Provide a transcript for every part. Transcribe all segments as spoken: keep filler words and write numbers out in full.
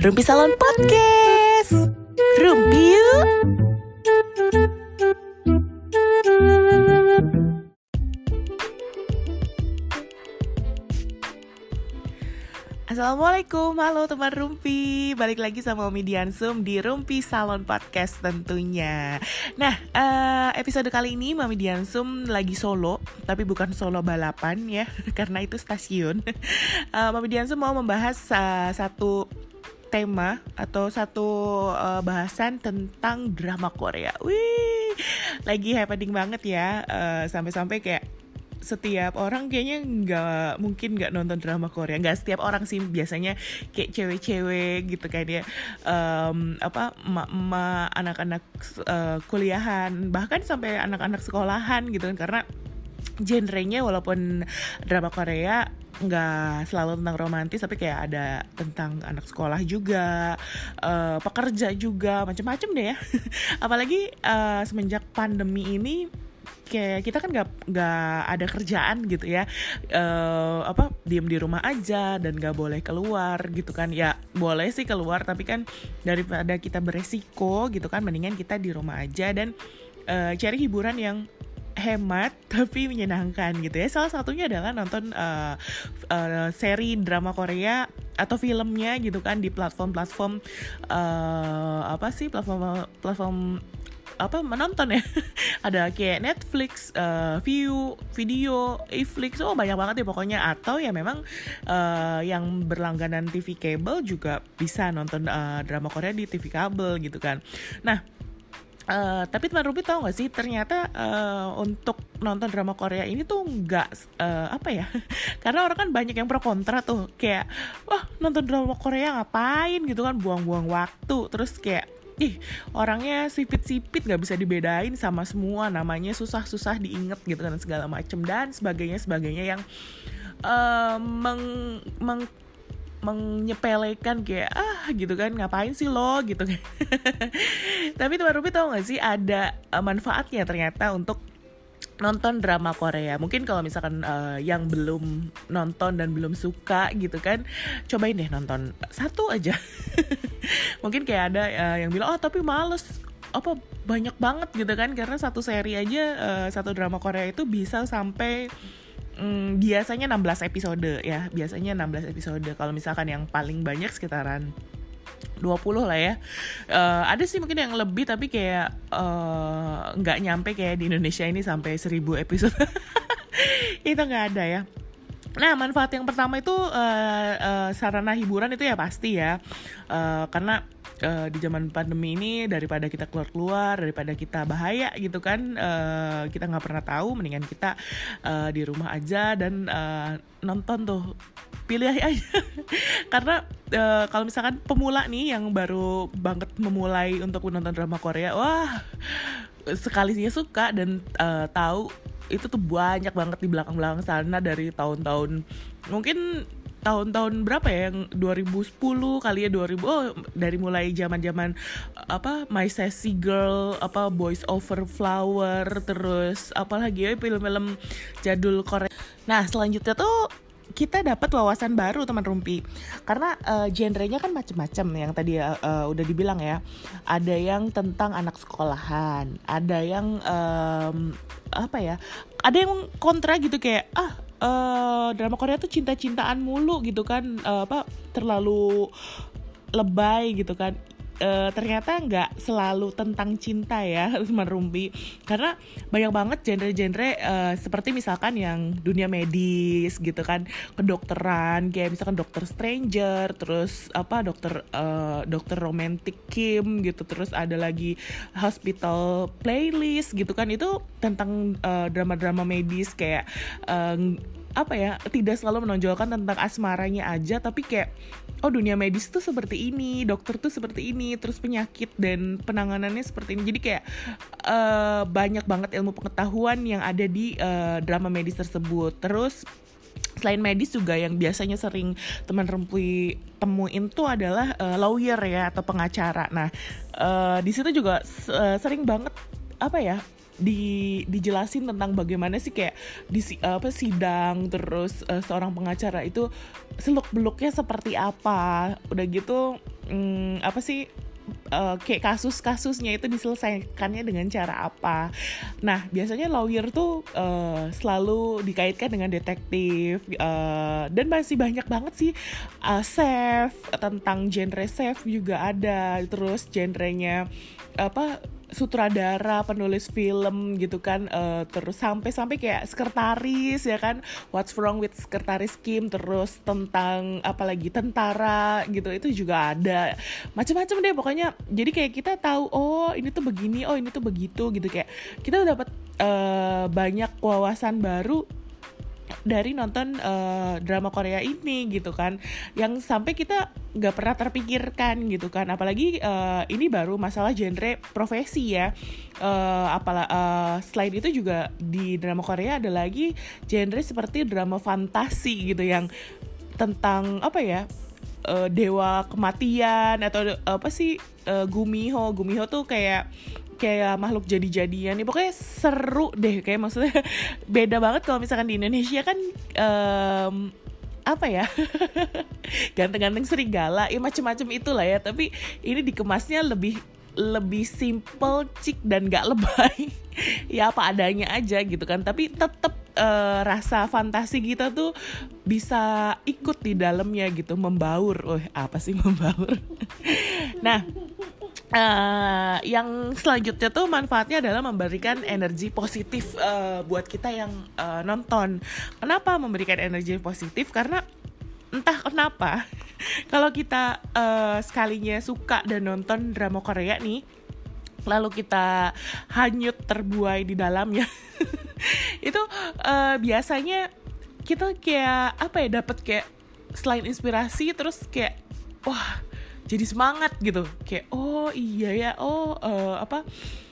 Rumpi Salon Podcast. Rumpi yuk. Assalamualaikum, halo teman Rumpi. Balik lagi sama Umi Diansum di Rumpi Salon Podcast tentunya. Nah, uh, episode kali ini Mami Diansum lagi solo, tapi bukan solo balapan ya, karena itu stasiun. uh, Mami Diansum mau membahas uh, satu tema atau satu uh, bahasan tentang drama Korea. Wih, lagi happening banget ya, uh, sampai-sampai kayak setiap orang kayaknya nggak mungkin nggak nonton drama Korea. Nggak setiap orang sih, biasanya kayak cewek-cewek gitu kan ya, um, apa emak-emak, anak-anak uh, kuliahan, bahkan sampai anak-anak sekolahan gitu kan, karena genrenya walaupun drama Korea nggak selalu tentang romantis, tapi kayak ada tentang anak sekolah juga, uh, pekerja juga, macam-macam deh ya. Apalagi uh, semenjak pandemi ini, kayak kita kan nggak nggak ada kerjaan gitu ya, uh, apa diem di rumah aja dan nggak boleh keluar gitu kan. Ya boleh sih keluar, tapi kan daripada kita beresiko gitu kan, mendingan kita di rumah aja dan uh, cari hiburan yang hemat tapi menyenangkan gitu ya. Salah satunya adalah nonton uh, uh, seri drama Korea atau filmnya gitu kan di platform-platform uh, apa sih platform platform apa menonton ya. Ada kayak Netflix, uh, View, Video, Iflix, oh banyak banget ya pokoknya. Atau ya memang uh, yang berlangganan T V kabel juga bisa nonton uh, drama Korea di T V kabel gitu kan. Nah, Uh, tapi teman Ruby tahu nggak sih, ternyata uh, untuk nonton drama Korea ini tuh nggak uh, apa ya, karena orang kan banyak yang pro kontra tuh, kayak wah nonton drama Korea ngapain gitu kan, buang-buang waktu, terus kayak ih orangnya sipit-sipit nggak bisa dibedain sama semua, namanya susah-susah diinget gitu kan, segala macem dan sebagainya sebagainya yang uh, meng, meng menyepelekan kayak ah gitu kan, ngapain sih lo gitu kan. Tapi teman Ruby tahu nggak sih ada uh, manfaatnya ternyata untuk nonton drama Korea. Mungkin kalau misalkan uh, yang belum nonton dan belum suka gitu kan, cobain deh nonton satu aja. Mungkin kayak ada uh, yang bilang oh tapi males, apa banyak banget gitu kan, karena satu seri aja uh, satu drama Korea itu bisa sampai Hmm, biasanya enam belas episode ya, biasanya enam belas episode. Kalau misalkan yang paling banyak sekitaran dua puluh lah ya. Uh, ada sih mungkin yang lebih, tapi kayak uh, nggak nyampe kayak di Indonesia ini sampai seribu episode. Itu nggak ada ya. Nah, manfaat yang pertama itu uh, uh, sarana hiburan itu ya pasti ya, uh, karena uh, di zaman pandemi ini daripada kita keluar-keluar, daripada kita bahaya gitu kan, uh, kita nggak pernah tahu, mendingan kita uh, di rumah aja dan uh, nonton tuh, pilih aja. Karena uh, kalau misalkan pemula nih yang baru banget memulai untuk menonton drama Korea, wah sekalinya suka dan uh, tahu itu tuh banyak banget di belakang-belakang sana dari tahun-tahun, mungkin tahun-tahun berapa ya, yang dua ribu sepuluh kali ya, dua ribu, oh dari mulai zaman-zaman apa My Sassy Girl, apa Boys Over Flower, terus apalagi ya film-film jadul Korea. Nah selanjutnya tuh kita dapat wawasan baru teman Rumpi, karena uh, genrenya kan macam-macam yang tadi uh, uh, udah dibilang ya. Ada yang tentang anak sekolahan, ada yang um, apa ya, ada yang kontra gitu kayak ah uh, drama Korea tuh cinta-cintaan mulu gitu kan, uh, apa terlalu lebay gitu kan. Uh, ternyata nggak selalu tentang cinta ya teman Rumpi, karena banyak banget genre-genre uh, seperti misalkan yang dunia medis gitu kan, kedokteran kayak misalkan Dokter Stranger, terus apa dokter uh, dokter romantic Kim gitu, terus ada lagi Hospital Playlist gitu kan, itu tentang uh, drama-drama medis kayak uh, apa ya, tidak selalu menonjolkan tentang asmaranya aja, tapi kayak oh dunia medis tuh seperti ini, dokter tuh seperti ini, terus penyakit dan penanganannya seperti ini. Jadi kayak uh, banyak banget ilmu pengetahuan yang ada di uh, drama medis tersebut. Terus selain medis juga yang biasanya sering teman Rumpi temuin tuh adalah uh, lawyer ya atau pengacara. Nah uh, di situ juga uh, sering banget apa ya, di dijelasin tentang bagaimana sih kayak di apa sidang, terus uh, seorang pengacara itu seluk beluknya seperti apa. Udah gitu hmm, apa sih uh, kayak kasus-kasusnya itu diselesaikannya dengan cara apa. Nah, biasanya lawyer tuh uh, selalu dikaitkan dengan detektif, uh, dan masih banyak banget sih uh, chef, tentang genre chef juga ada, terus genrenya apa sutradara, penulis film gitu kan, uh, terus sampai-sampai kayak sekretaris ya kan, What's Wrong with Sekretaris Kim, terus tentang apalagi tentara gitu, itu juga ada, macam-macam deh pokoknya. Jadi kayak kita tahu oh ini tuh begini, oh ini tuh begitu gitu, kayak kita dapat uh, banyak wawasan baru dari nonton uh, drama Korea ini gitu kan, yang sampai kita nggak pernah terpikirkan gitu kan. Apalagi uh, ini baru masalah genre profesi ya, uh, apalah uh, selain itu juga di drama Korea ada lagi genre seperti drama fantasi gitu, yang tentang apa ya, uh, dewa kematian atau apa sih, uh, gumiho gumiho tuh kayak kayak makhluk jadi-jadian nih, pokoknya seru deh, kayak maksudnya beda banget kalau misalkan di Indonesia kan um, apa ya ganteng-ganteng serigala ya, macem-macem itulah ya, tapi ini dikemasnya lebih lebih simple, cik, dan gak lebay ya apa adanya aja gitu kan, tapi tetap uh, rasa fantasi kita tuh bisa ikut di dalamnya gitu, membaur. Oh apa sih membaur nah Uh, yang selanjutnya tuh manfaatnya adalah memberikan energi positif uh, buat kita yang uh, nonton. Kenapa memberikan energi positif? Karena entah kenapa kalau kita uh, sekalinya suka dan nonton drama Korea nih, lalu kita hanyut terbuai di dalamnya itu uh, biasanya kita kayak apa ya, dapat kayak selain inspirasi terus kayak wah jadi semangat gitu, kayak oh iya ya, oh uh, apa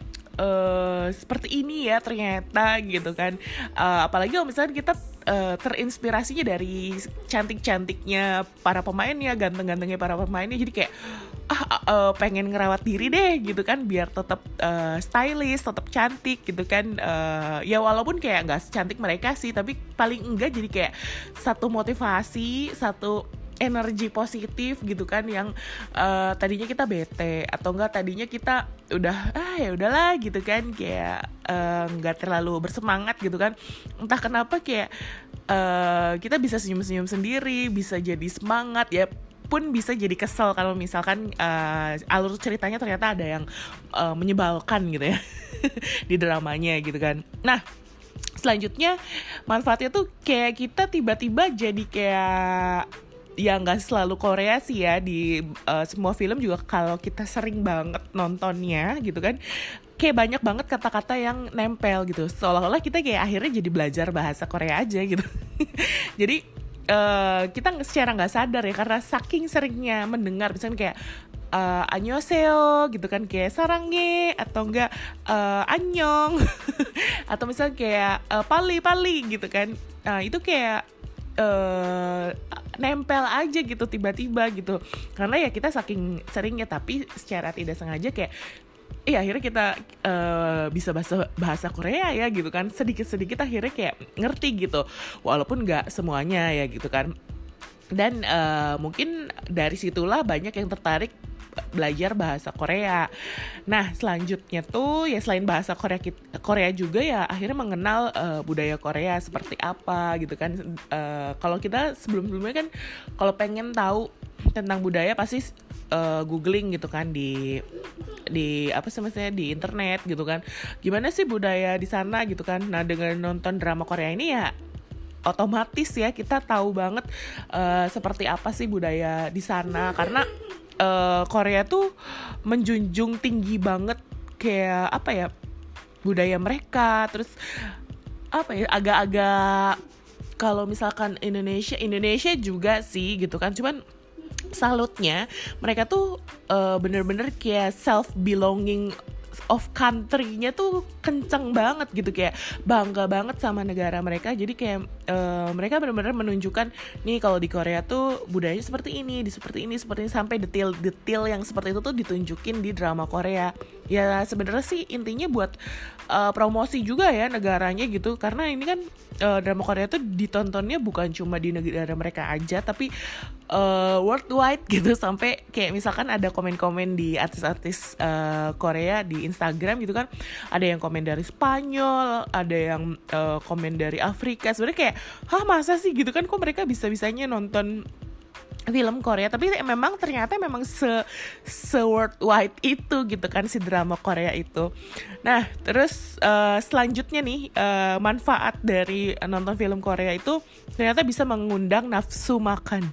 uh, seperti ini ya ternyata gitu kan. Uh, apalagi kalau misalnya kita uh, terinspirasinya dari cantik-cantiknya para pemainnya, ganteng-gantengnya para pemainnya, jadi kayak ah uh, pengen ngerawat diri deh gitu kan, biar tetap uh, stylish, tetap cantik gitu kan. Uh, ya walaupun kayak nggak secantik mereka sih, tapi paling enggak jadi kayak satu motivasi, satu energi positif gitu kan, yang uh, tadinya kita bete atau enggak tadinya kita udah ah ya udahlah gitu kan, kayak nggak uh, terlalu bersemangat gitu kan, entah kenapa kayak uh, kita bisa senyum-senyum sendiri, bisa jadi semangat ya, pun bisa jadi kesel kalau misalkan uh, alur ceritanya ternyata ada yang uh, menyebalkan gitu ya di dramanya gitu kan. Nah selanjutnya manfaatnya tuh kayak kita tiba-tiba jadi kayak ya nggak selalu Korea sih ya, di uh, semua film juga kalau kita sering banget nontonnya gitu kan, kayak banyak banget kata-kata yang nempel gitu, seolah-olah kita kayak akhirnya jadi belajar bahasa Korea aja gitu jadi uh, kita secara nggak sadar ya, karena saking seringnya mendengar misalnya kayak uh, annyeonghaseyo gitu kan, kayak sarangnya atau enggak uh, annyeong atau misalnya kayak uh, pali pali gitu kan, nah itu kayak Uh, nempel aja gitu tiba-tiba gitu, karena ya kita saking seringnya, tapi secara tidak sengaja kayak eh akhirnya kita uh, bisa bahasa bahasa Korea ya gitu kan, sedikit-sedikit akhirnya kayak ngerti gitu, walaupun nggak semuanya ya gitu kan. Dan uh, mungkin dari situlah banyak yang tertarik belajar bahasa Korea. Nah selanjutnya tuh ya selain bahasa Korea Korea juga ya akhirnya mengenal uh, budaya Korea seperti apa gitu kan. Uh, kalau kita sebelum-sebelumnya kan kalau pengen tahu tentang budaya pasti uh, googling gitu kan di di apa sih maksudnya di internet gitu kan, gimana sih budaya di sana gitu kan. Nah dengan nonton drama Korea ini ya otomatis ya kita tahu banget uh, seperti apa sih budaya di sana, karena Uh, Korea tuh menjunjung tinggi banget kayak apa ya budaya mereka, terus apa ya agak-agak kalau misalkan Indonesia Indonesia juga sih gitu kan, cuman salutnya mereka tuh uh, bener-bener kayak self belonging of country-nya tuh kenceng banget gitu, kayak bangga banget sama negara mereka. Jadi kayak uh, mereka benar-benar menunjukkan nih kalau di Korea tuh budayanya seperti ini, di seperti ini, seperti ini, sampai detail-detail yang seperti itu tuh ditunjukin di drama Korea. Ya sebenarnya sih intinya buat uh, promosi juga ya negaranya gitu, karena ini kan uh, drama Korea tuh ditontonnya bukan cuma di negara mereka aja, tapi uh, worldwide gitu. Sampai kayak misalkan ada komen-komen di artis-artis uh, Korea di Instagram gitu kan, ada yang komen dari Spanyol, ada yang uh, komen dari Afrika. Sebenarnya kayak, hah masa sih gitu kan, kok mereka bisa-bisanya nonton film Korea, tapi memang ternyata memang se se worldwide itu gitu kan si drama Korea itu. Nah terus uh, selanjutnya nih uh, manfaat dari nonton film Korea itu ternyata bisa mengundang nafsu makan.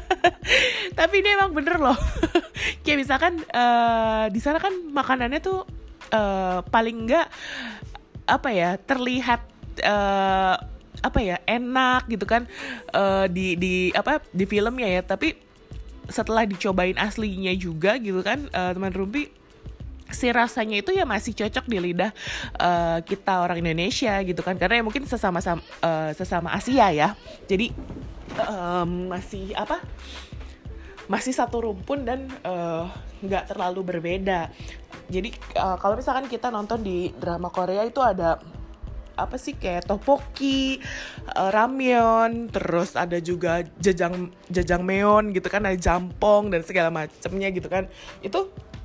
Tapi ini emang bener loh. Kayak misalkan uh, di sana kan makanannya tuh uh, paling enggak apa ya, terlihat uh, apa ya, enak gitu kan uh, di di apa di filmnya ya, tapi setelah dicobain aslinya juga gitu kan uh, teman Rumpi, si rasanya itu ya masih cocok di lidah uh, kita orang Indonesia gitu kan, karena ya mungkin sesama uh, sesama Asia ya, jadi um, masih apa masih satu rumpun dan nggak uh, terlalu berbeda. Jadi uh, kalau misalkan kita nonton di drama Korea itu ada apa sih, kayak tteokbokki, uh, ramyeon, terus ada juga jajang jajangmyeon gitu kan, ada jampong dan segala macamnya gitu kan. Itu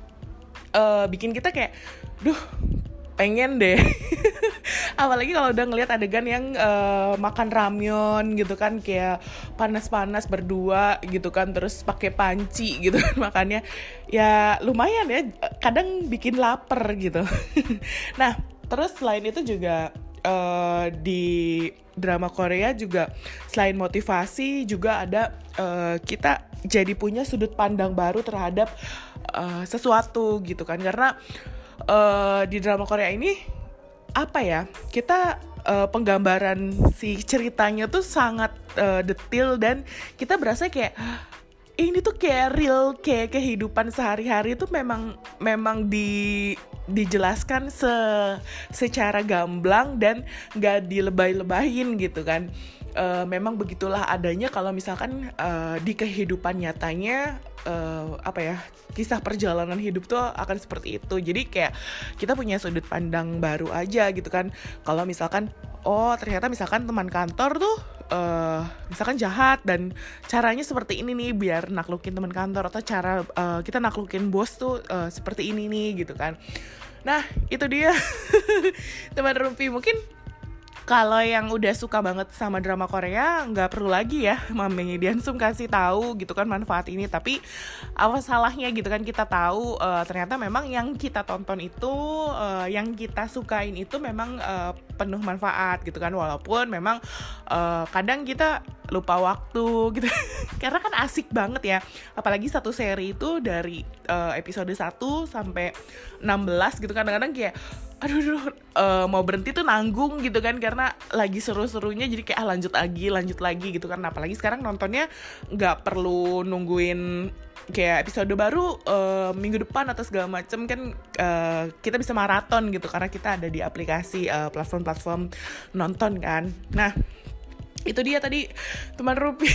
uh, bikin kita kayak, duh pengen deh. Apalagi kalau udah ngelihat adegan yang uh, makan ramyeon gitu kan, kayak panas-panas berdua gitu kan, terus pakai panci gitu kan makannya, ya lumayan ya, kadang bikin lapar gitu. Nah terus selain itu juga Uh, di drama Korea juga selain motivasi juga ada uh, kita jadi punya sudut pandang baru terhadap uh, sesuatu gitu kan, karena uh, di drama Korea ini apa ya, kita uh, penggambaran si ceritanya tuh sangat uh, detail dan kita berasa kayak ini tuh kayak real, kayak kehidupan sehari-hari itu memang memang di dijelaskan se secara gamblang dan nggak dilebay-lebayin gitu kan. E, memang begitulah adanya kalau misalkan e, di kehidupan nyatanya e, apa ya, kisah perjalanan hidup tuh akan seperti itu. Jadi kayak kita punya sudut pandang baru aja gitu kan. Kalau misalkan oh ternyata misalkan teman kantor tuh uh, misalkan jahat dan caranya seperti ini nih biar naklukin teman kantor, atau cara uh, kita naklukin bos tuh uh, seperti ini nih gitu kan. Nah itu dia teman Rumpi, mungkin kalau yang udah suka banget sama drama Korea nggak perlu lagi ya Mami Diansum kasih tahu gitu kan manfaat ini. Tapi apa salahnya gitu kan kita tahu uh, ternyata memang yang kita tonton itu uh, yang kita sukain itu memang uh, penuh manfaat gitu kan, walaupun memang uh, kadang kita lupa waktu gitu karena kan asik banget ya, apalagi satu seri itu dari uh, episode satu sampai enam belas gitu, kadang-kadang kayak aduh, aduh uh, mau berhenti tuh nanggung gitu kan, karena lagi seru-serunya jadi kayak ah, lanjut lagi lanjut lagi gitu kan. Apalagi sekarang nontonnya nggak perlu nungguin kayak episode baru uh, minggu depan atau segala macem kan, uh, kita bisa maraton gitu karena kita ada di aplikasi uh, platform-platform nonton kan. Nah itu dia tadi teman Rumpi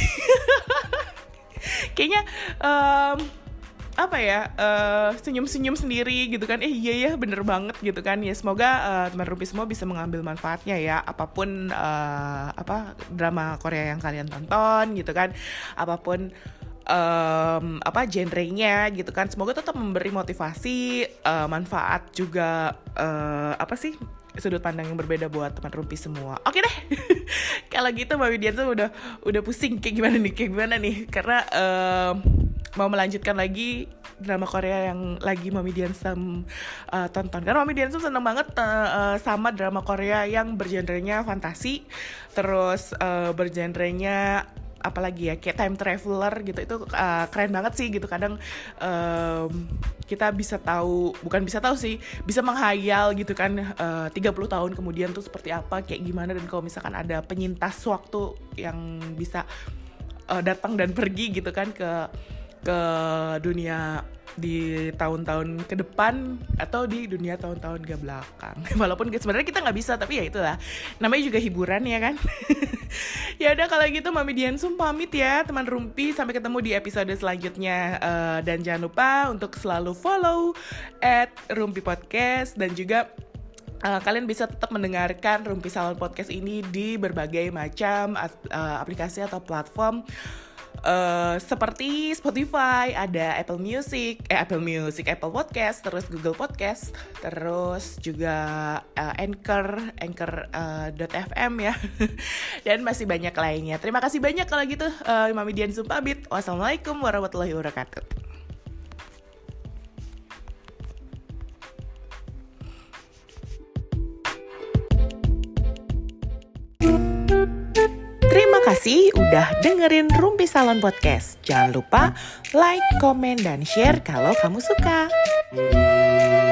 kayaknya um, apa ya, uh, senyum-senyum sendiri gitu kan, eh iya ya bener banget gitu kan. Ya semoga uh, teman Rumpi semua bisa mengambil manfaatnya ya, apapun uh, apa drama Korea yang kalian tonton gitu kan, apapun um, apa genrenya gitu kan, semoga tetap memberi motivasi, uh, manfaat juga, uh, apa sih, sudut pandang yang berbeda buat teman Rumpi semua. Oke deh. Kalau gitu Mbak Widian tuh udah udah pusing kayak gimana nih, kayak gimana nih, karena um, mau melanjutkan lagi drama Korea yang lagi Mami Diansum uh, tonton. Karena Mami Diansum seneng banget uh, uh, sama drama Korea yang bergenrenya fantasi, terus uh, bergenrenya apalagi ya, kayak time traveler gitu. Itu uh, keren banget sih gitu. Kadang um, kita bisa tahu, bukan bisa tahu sih, bisa menghayal gitu kan, uh, tiga puluh tahun kemudian tuh seperti apa, kayak gimana. Dan kalau misalkan ada penyintas waktu yang bisa uh, datang dan pergi gitu kan ke ke dunia di tahun-tahun ke depan atau di dunia tahun-tahun ke belakang. Walaupun sebenarnya kita nggak bisa, tapi ya itulah, namanya juga hiburan ya kan. Ya udah kalau gitu Mami Diansum pamit ya teman Rumpi, sampai ketemu di episode selanjutnya. Uh, dan jangan lupa untuk selalu follow at Rumpi Podcast, dan juga Uh, kalian bisa tetap mendengarkan Rumpi Salon Podcast ini di berbagai macam uh, aplikasi atau platform uh, seperti Spotify, ada Apple Music, eh Apple Music, Apple Podcast, terus Google Podcast, terus juga uh, Anchor, Anchor uh, .fm ya, dan masih banyak lainnya. Terima kasih banyak kalau gitu. Uh, Mami Diansum pamit. Wassalamualaikum warahmatullahi wabarakatuh. Terima kasih udah dengerin Rumpi Salon Podcast. Jangan lupa like, komen, dan share kalau kamu suka.